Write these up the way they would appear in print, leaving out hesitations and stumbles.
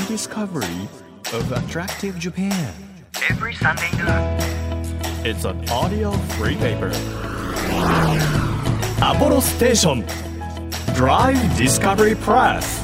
discovery of attractive Japan. Every Sunday noon. It's an audio free paper. Apollo Station. Drive Discovery Press.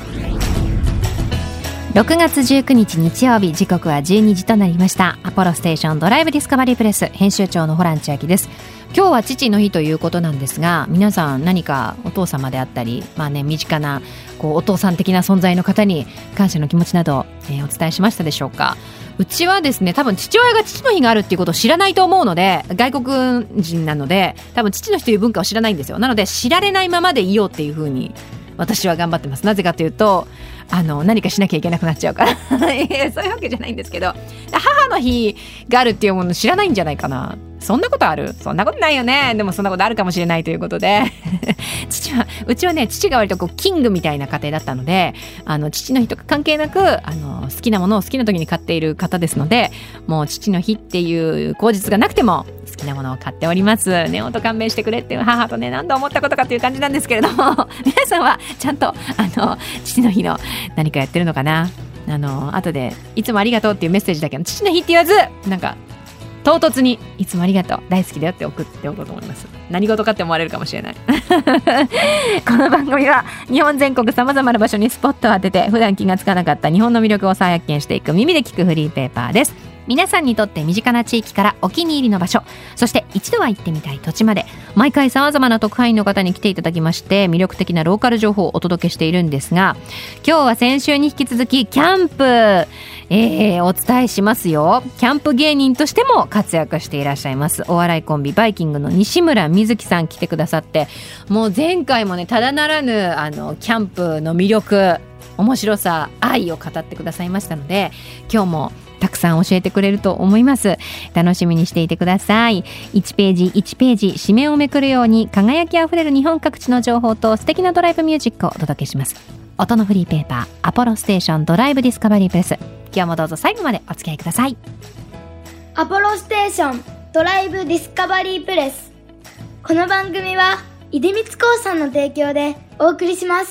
6月19日日曜日、時刻は12時となりました。アポロステーションドライブディスカバリープレス編集長のホラン千秋です。今日は父の日ということなんですが、皆さん何かお父様であったり、身近なお父さん的な存在の方に感謝の気持ちなど、お伝えしましたでしょうか。うちはですね、多分父親が父の日があるっていうことを知らないと思うので、外国人なので多分父の日という文化を知らないんですよ。なので知られないままでいようっていう風に私は頑張ってます。なぜかというと何かしなきゃいけなくなっちゃうからそういうわけじゃないんですけど、母の日があるっていうもの知らないんじゃないかな。そんなことある？そんなことないよね。でもそんなことあるかもしれないということでうちはね、父が割とキングみたいな家庭だったので、父の日とか関係なく好きなものを好きな時に買っている方ですので、もう父の日っていう口実がなくても好きなものを買っております。ね、ほんと勘弁してくれっていう母とね、何度思ったことかっていう感じなんですけれども皆さんはちゃんと父の日の何かやってるのかな。後でいつもありがとうっていうメッセージだけど、父の日って言わずなんか唐突にいつもありがとう、大好きだよって送っておこうと思います。何事かって思われるかもしれないこの番組は日本全国さまざまな場所にスポットを当てて、普段気がつかなかった日本の魅力を再発見していく耳で聞くフリーペーパーです。皆さんにとって身近な地域からお気に入りの場所、そして一度は行ってみたい土地まで、毎回様々な特派員の方に来ていただきまして、魅力的なローカル情報をお届けしているんですが、今日は先週に引き続きキャンプ、お伝えしますよ。キャンプ芸人としても活躍していらっしゃいますお笑いコンビバイキングの西村瑞希さん来てくださって、もう前回もね、ただならぬキャンプの魅力、面白さ、愛を語ってくださいましたので、今日もたくさん教えてくれると思います。楽しみにしていてください。1ページ1ページ紙面をめくるように輝きあふれる日本各地の情報と素敵なドライブミュージックをお届けします。音のフリーペーパーアポロステーションドライブディスカバリープレス、今日もどうぞ最後までお付き合いください。 アポロステーションドライブディスカバリープレス、この番組は出光興産の提供でお送りします。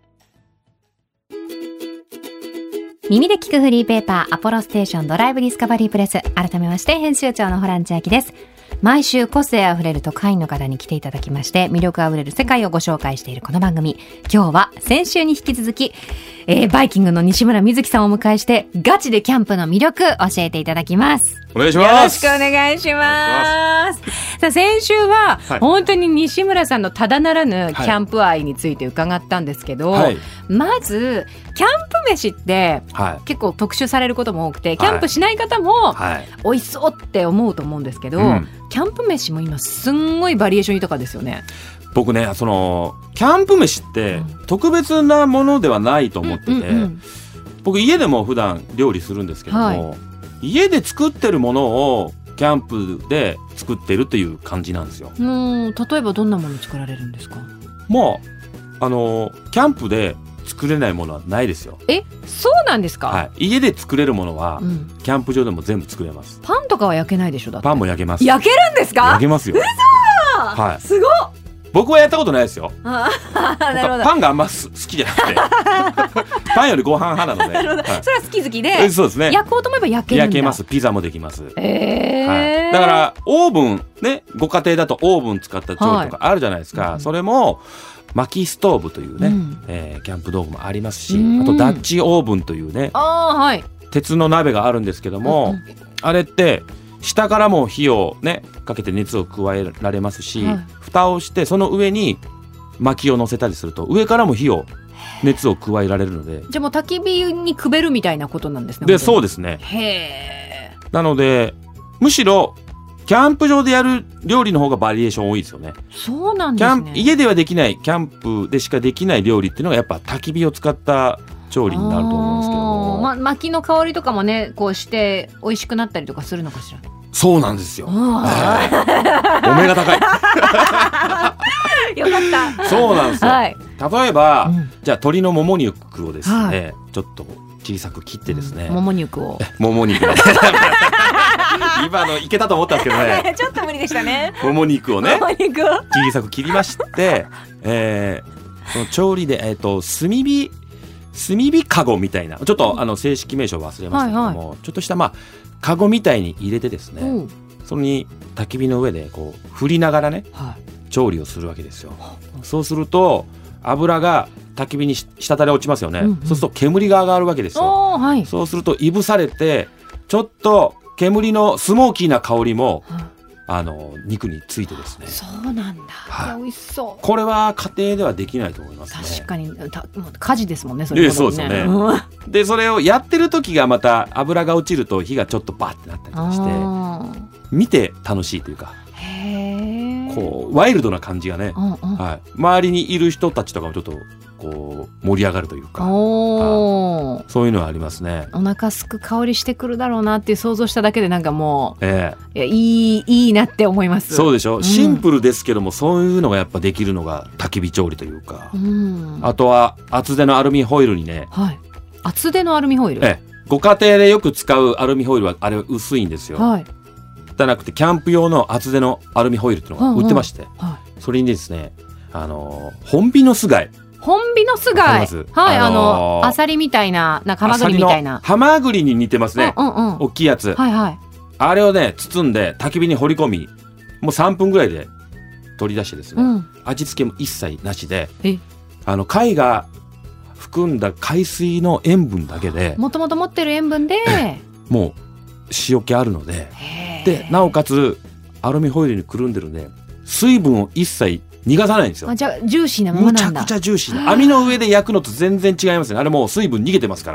耳で聞くフリーペーパーアポロステーションドライブディスカバリープレス、改めまして編集長のホラン千秋です。毎週個性あふれる特派員の方に来ていただきまして、魅力あふれる世界をご紹介しているこの番組、今日は先週に引き続き、バイキングの西村瑞希さんをお迎えしてガチでキャンプの魅力教えていただきます。 お願いします。 よろしくお願いします。さあ、先週は本当に西村さんのただならぬキャンプ愛について伺ったんですけど、まずキャンプ飯って結構特集されることも多くて、キャンプしない方も美味しそうって思うと思うんですけど、キャンプ飯も今すんごいバリエーション豊かですよね。 僕ね、キャンプ飯って特別なものではないと思ってて、僕家でも普段料理するんですけども、家で作ってるものをキャンプで作ってるという感じなんですよ。 例えばどんなもの作られるんですか？ もうキャンプで作れないものはないですよ。 そうなんですか？ 家で作れるものは、キャンプ場でも全部作れます。 パンとかは焼けないでしょ？だってパンも焼けます。 焼けるんですか？ 焼けますよ。 嘘、すごっ。 僕はやったことないですよ。 なるほど。 パンがあんま好きじゃなくてパンよりご飯派なので。 なるほど、それは好き好きで。そうですね。焼こうと思えば焼けるんだ。 焼けます。ピザもできます。だからオーブンね、ご家庭だとオーブン使った調理とかあるじゃないですか。それも薪ストーブというね、キャンプ道具もありますし、あとダッチオーブンというね、鉄の鍋があるんですけども、あれって下からも火をねかけて熱を加えられますし、蓋をしてその上に薪を乗せたりすると上からも熱を加えられるので、 じゃあもう焚き火にくべるみたいなことなんですね。 で、そうですね。なのでむしろキャンプ場でやる料理の方がバリエーション多いですよね。 そうなんですね。 家ではできない、キャンプでしかできない料理っていうのがやっぱ焚き火を使った調理になると思うんですけども、 薪の香りとかもね、こうして美味しくなったりとかするのかしら。 そうなんですよ。お目が高いよかった。 そうなんですよ。例えば、じゃあ鶏のもも肉をですね、ちょっと小さく切ってですね、 もも肉を今のいけたと思ったんですけどねちょっと無理でしたね。 もも肉をね小さく切りまして、その調理で炭火炭火カゴみたいな、ちょっと正式名称忘れましたけども、ちょっとしたカゴみたいに入れてですね、それに焚き火の上でこう振りながらね、調理をするわけですよ。そうすると油が焚き火に滴り落ちますよね、そうすると煙が上がるわけですよ、そうするといぶされてちょっと煙のスモーキーな香りも、肉についてですね。 そうなんだ、美味しそう。 これは家庭ではできないと思いますね。 確かに火事ですもんね、それもね。 そうですよねでそれをやってる時がまた油が落ちると火がちょっとバッてなったりとかして見て楽しいというか、こうワイルドな感じがね、周りにいる人たちとかもちょっとこう盛り上がるというか、そういうのはありますね。 お腹すく香りしてくるだろうなって想像しただけでなんかもう、いいなって思います。 そうでしょ、シンプルですけどもそういうのがやっぱできるのが焚き火調理というか、あとは厚手のアルミホイルにね、 厚手のアルミホイル、 ご家庭でよく使うアルミホイルはあれ薄いんですよ、じゃなくてキャンプ用の厚手のアルミホイルっていうのが売ってまして、それにですね本火の巣貝、アサリみたいな、ハマグリみたいな、 ハマグリに似てますね、大きいやつ、あれをね包んで焚き火に放り込み、もう3分ぐらいで取り出してですね、味付けも一切なしで、貝が含んだ海水の塩分だけで、 もともと持ってる塩分でもう塩気あるので、でなおかつアルミホイルにくるんでるんで水分を一切逃がさないんですよ。 じゃあジューシーなままなんだ。 むちゃくちゃジューシーな、網の上で焼くのと全然違いますね。あれもう水分逃げてますから。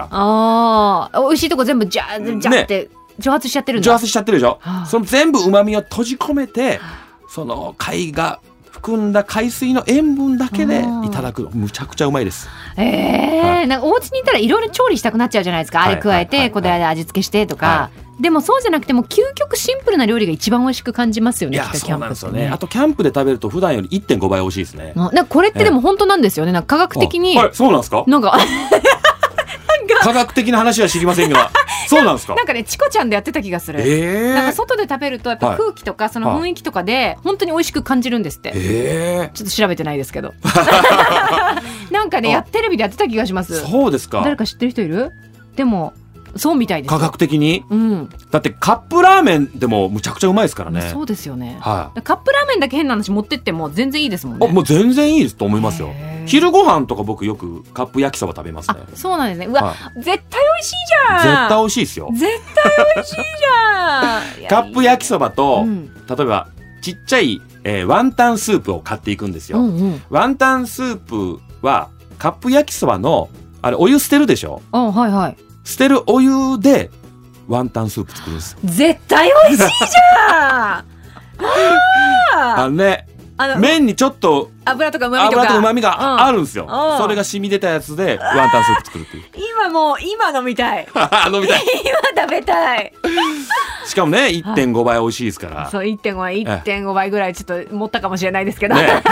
美味しいとこ全部ジャーって蒸発しちゃってるんだ。 蒸発しちゃってるでしょ、その全部旨味を閉じ込めて、その貝が含んだ海水の塩分だけでいただくの、むちゃくちゃうまいです。 なんかお家にいたらいろいろ調理したくなっちゃうじゃないですか、あれ加えてこれで味付けしてとか、でもそうじゃなくても究極シンプルな料理が一番美味しく感じますよね。 いやそうなんですよね。あとキャンプで食べると普段より 1.5 倍美味しいですね。 なんかこれってでも本当なんですよね。なんか科学的に、 そうなんですか。 なんか科学的な話は知りませんがそうなんですか。 なんかねチコちゃんでやってた気がする、なんか外で食べるとやっぱ空気とかその雰囲気とかで本当に美味しく感じるんですって、ちょっと調べてないですけどなんかねテレビでやってた気がします。 そうですか。 誰か知ってる人いる？でもそうみたいです。 科学的に、だってカップラーメンでもむちゃくちゃうまいですからね。 そうですよね、カップラーメンだけ変な話持ってっても全然いいですもんね。 もう全然いいですと思いますよ。昼ご飯とか僕よくカップ焼きそば食べますね。 そうなんですね。うわ、絶対美味しいじゃん。 絶対美味しいですよ。 絶対美味しいじゃんカップ焼きそばと、例えばちっちゃい、ワンタンスープを買っていくんですよ、ワンタンスープはカップ焼きそばのあれお湯捨てるでしょ。捨てるお湯でワンタンスープ作るんです。 絶対美味しいじゃん麺にちょっと油とか旨味があるんですよ、それが染み出たやつでワンタンスープ作るっていう。 今飲みたい飲みたい今食べたいしかもね 1.5 倍美味しいですから。 そう 1.5 倍ぐらいちょっと持ったかもしれないですけど、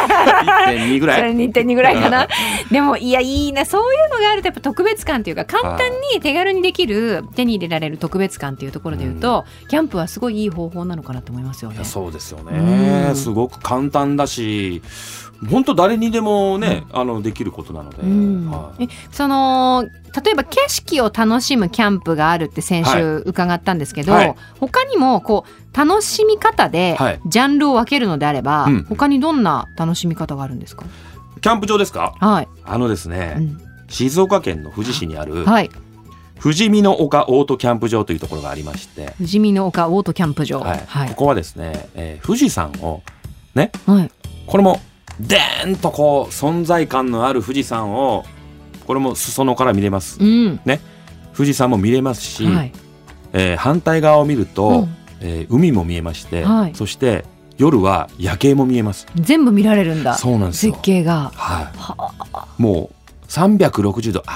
1.2 ぐらい 2.2 ぐらいかなでもいいな、そういうのがあるとやっぱ特別感というか、簡単に手軽にできる手に入れられる特別感っていうところでいうと、キャンプはすごいいい方法なのかなと思いますよね。 そうですよね、すごく簡単だし本当誰にでもね、できることなので、 その例えば景色を楽しむキャンプがあるって先週伺ったんですけど、他にもこう楽しみ方でジャンルを分けるのであれば、他にどんな楽しみ方があるんですか？ キャンプ場ですか？ですね、静岡県の富士市にある、富士見の丘オートキャンプ場というところがありまして、 富士見の丘オートキャンプ場、 ここはですね、富士山をね、これもでーんとこう存在感のある富士山をこれも裾野から見れます、ね、富士山も見れますし、反対側を見ると、海も見えまして、そして夜は夜景も見えます。 全部見られるんだ。 そうなんですよ。 絶景が、 もう360度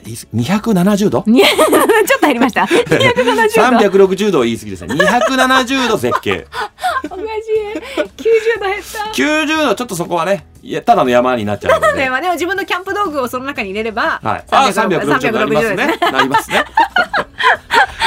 270度ちょっと入りました 360度は言い過ぎですね。270度絶景おかしい。90度減った 90度ちょっとそこはね、ただの山になっちゃうので、 でも自分のキャンプ道具をその中に入れれば、 360度になりますねなりますね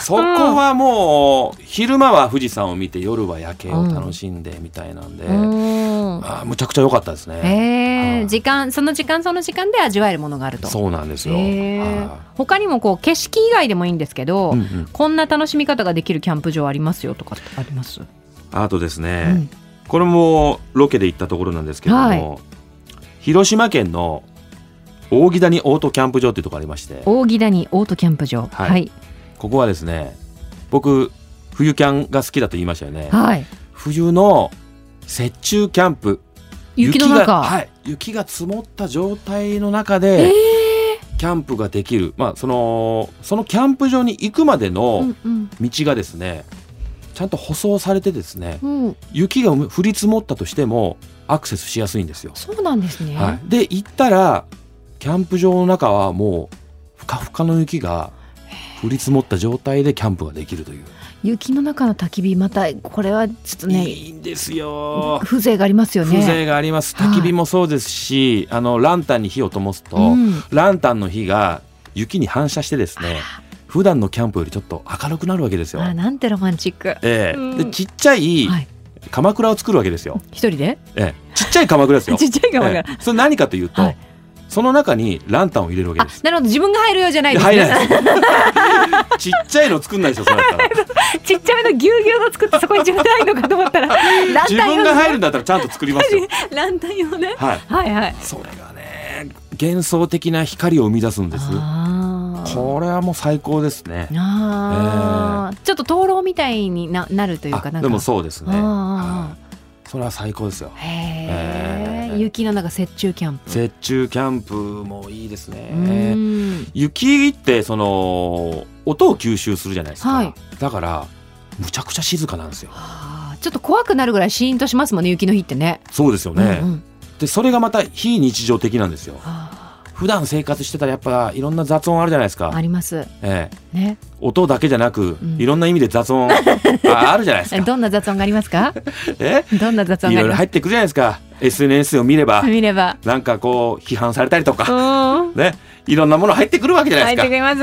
そこはもう昼間は富士山を見て夜は夜景を楽しんでみたいなんで、むちゃくちゃ良かったですね。 その時間で味わえるものがあると。 そうなんですよ。 他にもこう景色以外でもいいんですけど、こんな楽しみ方ができるキャンプ場ありますよとかあります？ あとですね、これもロケで行ったところなんですけども、広島県の扇谷オートキャンプ場っていうところありまして。 扇谷オートキャンプ場、 ここはですね、僕冬キャンが好きだと言いましたよね。冬の雪中キャンプ、 雪の中、 雪が積もった状態の中でキャンプができる、そのキャンプ場に行くまでの道がですね、ちゃんと舗装されてですね、雪が降り積もったとしてもアクセスしやすいんですよ。 そうなんですね。 で行ったらキャンプ場の中はもうふかふかの雪が降り積もった状態でキャンプができるという。 雪の中の焚き火、またこれはちょっとね、 いいんですよ。 風情がありますよね。 風情があります。焚き火もそうですし、ランタンに火を灯すと、ランタンの火が雪に反射してですね、普段のキャンプよりちょっと明るくなるわけですよ。 なんてロマンチック。 でちっちゃい鎌倉を作るわけですよ。 一人で？ ちっちゃい鎌倉ですよ。 ちっちゃい鎌倉。 それ何かというと、その中にランタンを入れるわけです。 なるほど、自分が入るようじゃないですね。 入らないですちっちゃいの作んないですよ。それだったらちっちゃめのぎゅうぎゅうの作ってそこに自分で入るのかと思ったら自分が入るんだったらちゃんと作りますよ。 ランタン用ね。 それがね、幻想的な光を生み出すんです。これはもう最高ですね。ちょっと灯籠みたいに なるというか、 でもそうですね。それは最高ですよ。 雪の中雪中キャンプ。 雪中キャンプもいいですね。雪ってその音を吸収するじゃないですか。だからむちゃくちゃ静かなんですよ。 ちょっと怖くなるぐらいシーンとしますもんね、雪の日ってね。 そうですよね。でそれがまた非日常的なんですよ。普段生活してたらやっぱいろんな雑音あるじゃないですか。 あります、 音だけじゃなく、いろんな意味で雑音あるじゃないですか。 どんな雑音がありますか？どんな雑音がありますか？いろいろ入ってくるじゃないですか。 SNS を見ればなんかこう批判されたりとか、いろんなもの入ってくるわけじゃないですか。 入ってきます。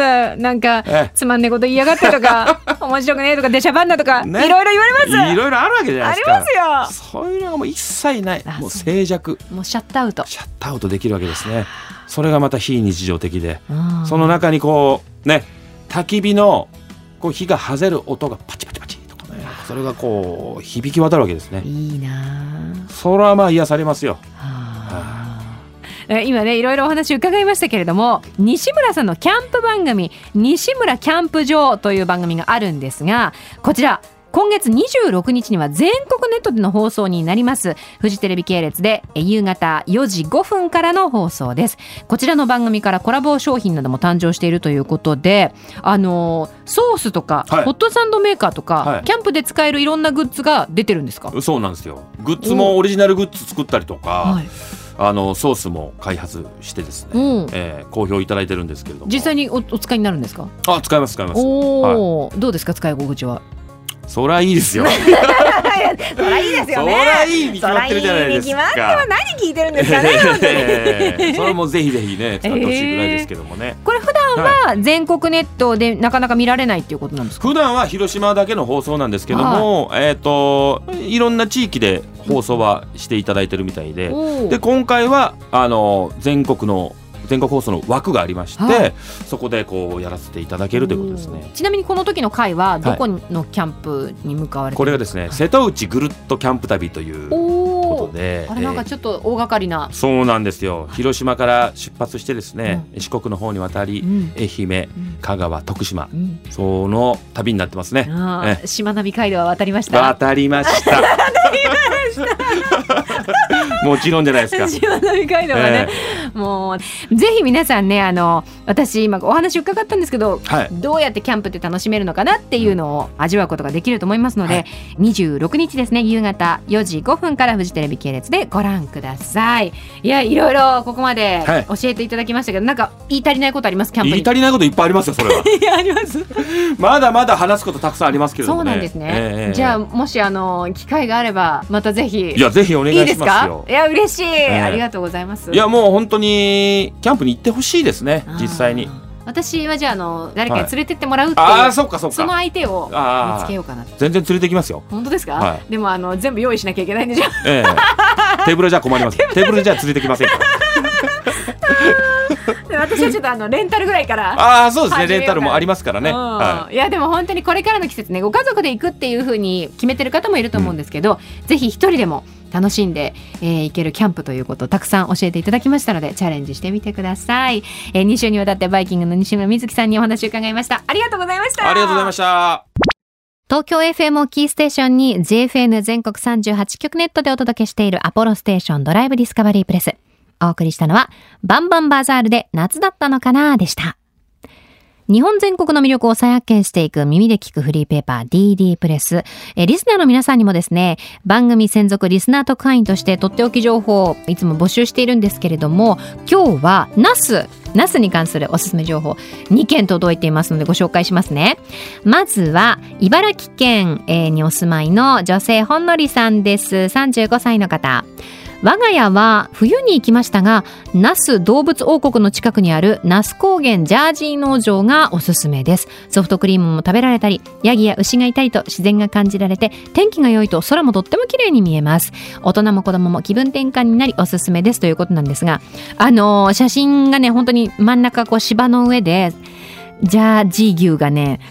なんか、つまんねえこと言いやがってとか面白くねえとか出しゃばんなとか、いろいろ言われます。 いろいろあるわけじゃないですか。 ありますよ。そういうのがもう一切ない。もう静寂、 もうシャットアウトできるわけですね。それがまた非日常的で、その中にこうね、焚き火のこう火がはぜる音がパチパチパチとかね、それがこう響き渡るわけですね。 いいな。 それはまあ癒されますよ。 今ね、いろいろお話伺いましたけれども、西村さんのキャンプ番組、西村キャンプ場という番組があるんですが、こちら今月26日には全国ネットでの放送になります。フジテレビ系列で夕方4時5分からの放送です。こちらの番組からコラボ商品なども誕生しているということで、ソースとか、ホットサンドメーカーとか、キャンプで使えるいろんなグッズが出てるんですか？ そうなんですよ。グッズもオリジナルグッズ作ったりとか、ソースも開発してですね、好評いただいてるんですけれども。 実際に お使いになるんですか？ 使います。どうですか、使い心地は？ そりゃいいですよ。 そりゃいいですよね。 そりゃいいに決まってるじゃないですか。 何聞いてるんですかね。 それもぜひぜひね、使ってほしいぐらいですけどもね。 これ普段は全国ネットでなかなか見られないっていうことなんですか？ 普段は広島だけの放送なんですけども、いろんな地域で放送はしていただいてるみたいで、で今回は全国放送の枠がありまして、そこでこうやらせていただけるということですね。 ちなみにこの時の回はどこのキャンプに向かわれてるんですか？ これがですね、瀬戸内ぐるっとキャンプ旅ということで、 あれなんかちょっと大掛かりな、 そうなんですよ。広島から出発してですね、四国の方に渡り、愛媛、香川、徳島、その旅になってますね。 しまなみ海道は渡りました？ 渡りましたもちろんじゃないですか。 しまなみ海道はね、もうぜひ皆さんね、私今お話伺ったんですけど、どうやってキャンプって楽しめるのかなっていうのを味わうことができると思いますので、26日ですね、夕方4時5分からフジテレビ系列でご覧ください。いや、いろいろここまで教えていただきましたけど、なんか言い足りないことあります？キャンプに言い足りないこといっぱいありますよ、それは。 いや、あります。 まだまだ話すことたくさんありますけれどもね。 そうなんですね。じゃあもし機会があればまたぜひ。 いや、ぜひお願いしますよ。いいですか？ いや、嬉しい、ありがとうございます。 いや、もう本当にキャンプに行ってほしいですね、実際に。 私はじゃあ誰かに連れてってもらうっていう、 ああそうかそうか、 その相手を見つけようかなと。 全然連れてきますよ。 本当ですか、 はい、 でも全部用意しなきゃいけないんでしょ、 テーブルじゃ困ります。テーブルじゃ連れてきませんから私はちょっとレンタルぐらいからああそうですね、レンタルもありますからね、 いやでも本当にこれからの季節ね、ご家族で行くっていう風に決めてる方もいると思うんですけど、ぜひ一人でも楽しんで、行けるキャンプということをたくさん教えていただきましたので、チャレンジしてみてください。2週にわたってバイキングの西村瑞希さんにお話を伺いました。ありがとうございました。 ありがとうございました。 東京 FM をキーステーションに JFN 全国38局ネットでお届けしているアポロステーションドライブディスカバリープレス。お送りしたのはバンバンバザールで夏だったのかなでした。日本全国の魅力を再発見していく耳で聞くフリーペーパー DD プレス。リスナーの皆さんにもですね、番組専属リスナー特派員としてとっておき情報をいつも募集しているんですけれども、今日はナスに関するおすすめ情報2件届いていますのでご紹介しますね。まずは茨城県にお住まいの女性ほんのりさんです。35歳の方。我が家は冬に行きましたが、那須動物王国の近くにある那須高原ジャージー農場がおすすめです。ソフトクリームも食べられたり、ヤギや牛がいたりと自然が感じられて、天気が良いと空もとっても綺麗に見えます。大人も子供も気分転換になりおすすめですということなんですが、写真がね、本当に真ん中芝の上でジャージー牛がね、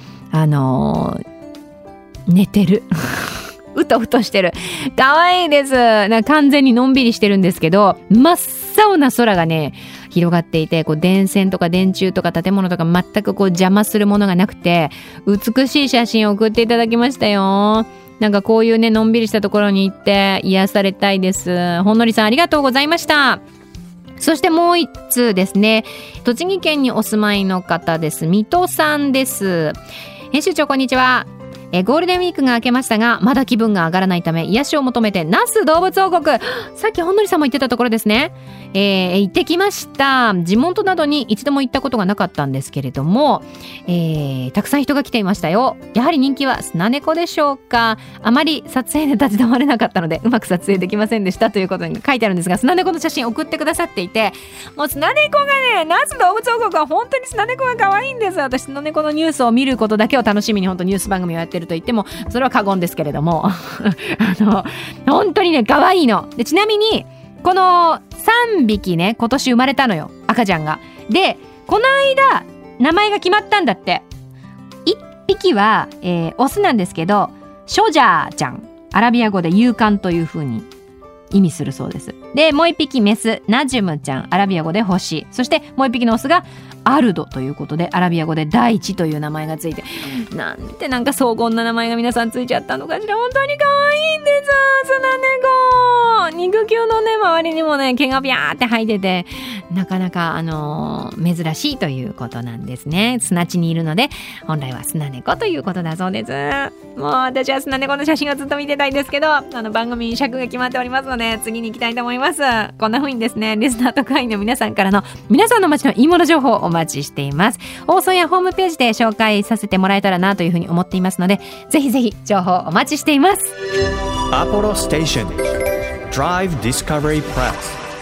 寝てるうとうとしてる。かわいいです。完全にのんびりしてるんですけど、真っ青な空がね広がっていて、電線とか電柱とか建物とか全く邪魔するものがなくて、美しい写真を送っていただきましたよ。こういうね、のんびりしたところに行って癒されたいです。ほんのりさんありがとうございました。そしてもう一通ですね、栃木県にお住まいの方です。水戸さんです。編集長こんにちは。ゴールデンウィークが明けましたが、まだ気分が上がらないため癒しを求めて那須動物王国、さっきほんのりさんも言ってたところですね、行ってきました。地元などに一度も行ったことがなかったんですけれども、たくさん人が来ていましたよ。やはり人気はスナネコでしょうか。あまり撮影で立ち止まれなかったのでうまく撮影できませんでしたということに書いてあるんですが、スナネコの写真送ってくださっていて、もうスナネコがね、那須動物王国は本当にスナネコが可愛いんです。私スナネコのニュースを見ることだけを楽しみに本当ニュース番組をやってると言ってもそれは過言ですけれども本当にね可愛いので、ちなみにこの3匹ね今年生まれたのよ、赤ちゃんが。でこの間名前が決まったんだって。1匹は、オスなんですけど、ショジャーちゃん、アラビア語で勇敢という風に意味するそうです。でもう1匹メス、ナジュムちゃん、アラビア語で星。そしてもう1匹のオスがアルドということで、アラビア語で大地という名前がついて、なんて荘厳な名前が皆さんついちゃったのかしら。本当に可愛いんです。スナネコ肉球のね周りにもね毛がビャーって生えてて、なかなか珍しいということなんですね。砂地にいるので本来はスナネコということだそうです。もう私はスナネコの写真をずっと見てたいんですけど、番組尺が決まっておりますので次に行きたいと思います。こんな風にですね、リスナー特派員の皆さんからの皆さんの街のいいもの情報をお待ちしています。放送やホームページで紹介させてもらえたらなというふうに思っていますので、ぜひぜひ情報お待ちしています。 アポロステーション Drive Discovery Press。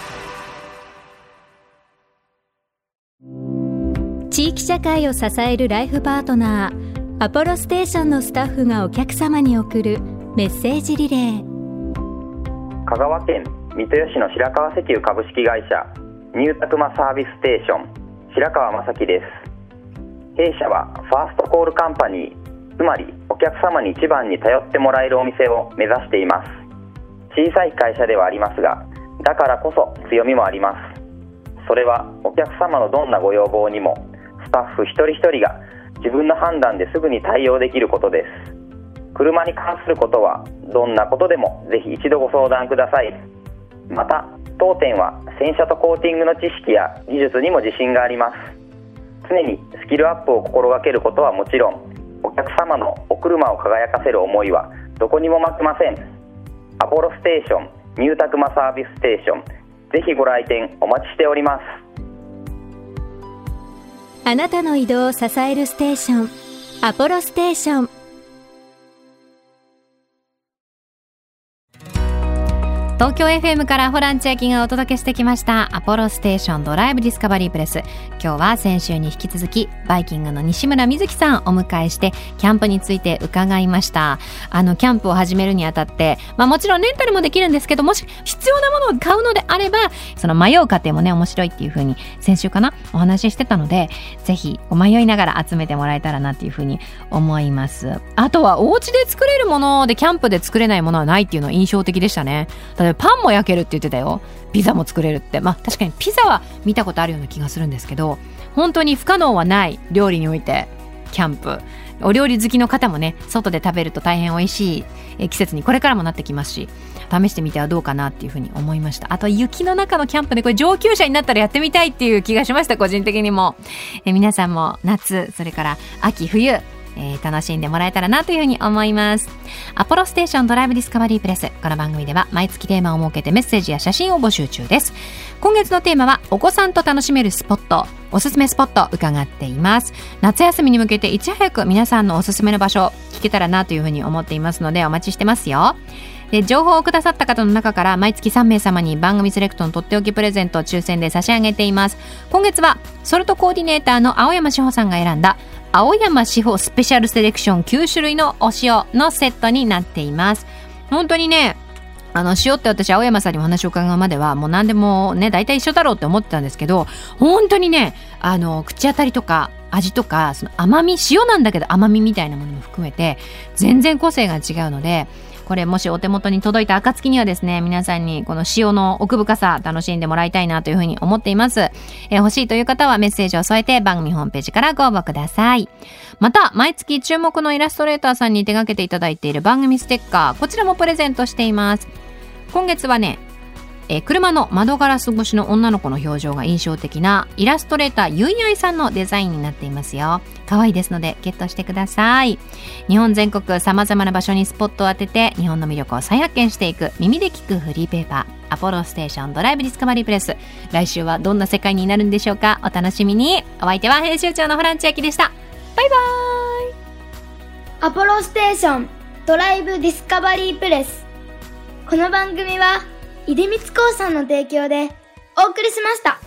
地域社会を支えるライフパートナー、アポロステーションのスタッフがお客様に送るメッセージリレー。 香川県三豊市の白川石油株式会社ニュータクマサービスステーション白川正樹です。弊社はファーストコールカンパニー、つまりお客様に一番に頼ってもらえるお店を目指しています。小さい会社ではありますが、だからこそ強みもあります。それはお客様のどんなご要望にもスタッフ一人一人が自分の判断ですぐに対応できることです。車に関することはどんなことでもぜひ一度ご相談ください。また当店は洗車とコーティングの知識や技術にも自信があります。常にスキルアップを心がけることはもちろん、お客様のお車を輝かせる思いはどこにも負けません。アポロステーションニュータクマサービスステーション、ぜひご来店お待ちしております。 あなたの移動を支えるステーション、アポロステーション。 東京 FM からホラン千秋がお届けしてきましたアポロステーションドライブディスカバリープレス。今日は先週に引き続きバイキングの西村瑞希さんをお迎えしてキャンプについて伺いました。キャンプを始めるにあたって、もちろんレンタルもできるんですけど、もし必要なものを買うのであればその迷う過程もね面白いっていう風に先週かなお話ししてたので、ぜひ迷いながら集めてもらえたらなっていう風に思います。あとはお家で作れるものでキャンプで作れないものはないっていうのは印象的でしたね。例えばパンも焼けるって言ってたよ。ピザも作れるって。確かにピザは見たことあるような気がするんですけど、本当に不可能はない料理においてキャンプ。お料理好きの方もね、外で食べると大変美味しい季節にこれからもなってきますし、試してみてはどうかなっていうふうに思いました。あと雪の中のキャンプでこれ上級者になったらやってみたいっていう気がしました、個人的にも。皆さんも夏、それから秋冬、楽しんでもらえたらなというふうに思います。アポロステーションドライブディスカバリープレス。この番組では毎月テーマを設けてメッセージや写真を募集中です。今月のテーマはお子さんと楽しめるスポット、おすすめスポット伺っています。夏休みに向けていち早く皆さんのおすすめの場所聞けたらなというふうに思っていますのでお待ちしてますよ。で、情報をくださった方の中から毎月3名様に番組セレクトのとっておきプレゼントを抽選で差し上げています。今月はソルトコーディネーターの青山志保さんが選んだ青山志保スペシャルセレクション9種類のお塩のセットになっています。本当にね、塩って私青山さんにお話を伺うまではもう何でもね大体一緒だろうって思ってたんですけど、本当にね口当たりとか味とかその甘み、塩なんだけど甘みみたいなものも含めて全然個性が違うので、これもしお手元に届いた暁にはですね、皆さんにこの塩の奥深さ楽しんでもらいたいなというふうに思っています。欲しいという方はメッセージを添えて番組ホームページからご応募ください。また毎月注目のイラストレーターさんに手掛けていただいている番組ステッカー、こちらもプレゼントしています。今月はね、車の窓ガラス越しの女の子の表情が印象的なイラストレーターゆいあいさんのデザインになっていますよ。可愛いですのでゲットしてください。日本全国様々な場所にスポットを当てて日本の魅力を再発見していく耳で聞くフリーペーパー、アポロステーションドライブディスカバリープレス。来週はどんな世界になるんでしょうか。お楽しみに。お相手は編集長のホラン千秋でした。バイバーイ。 アポロステーションドライブディスカバリープレス。この番組は出光興産の提供でお送りしました。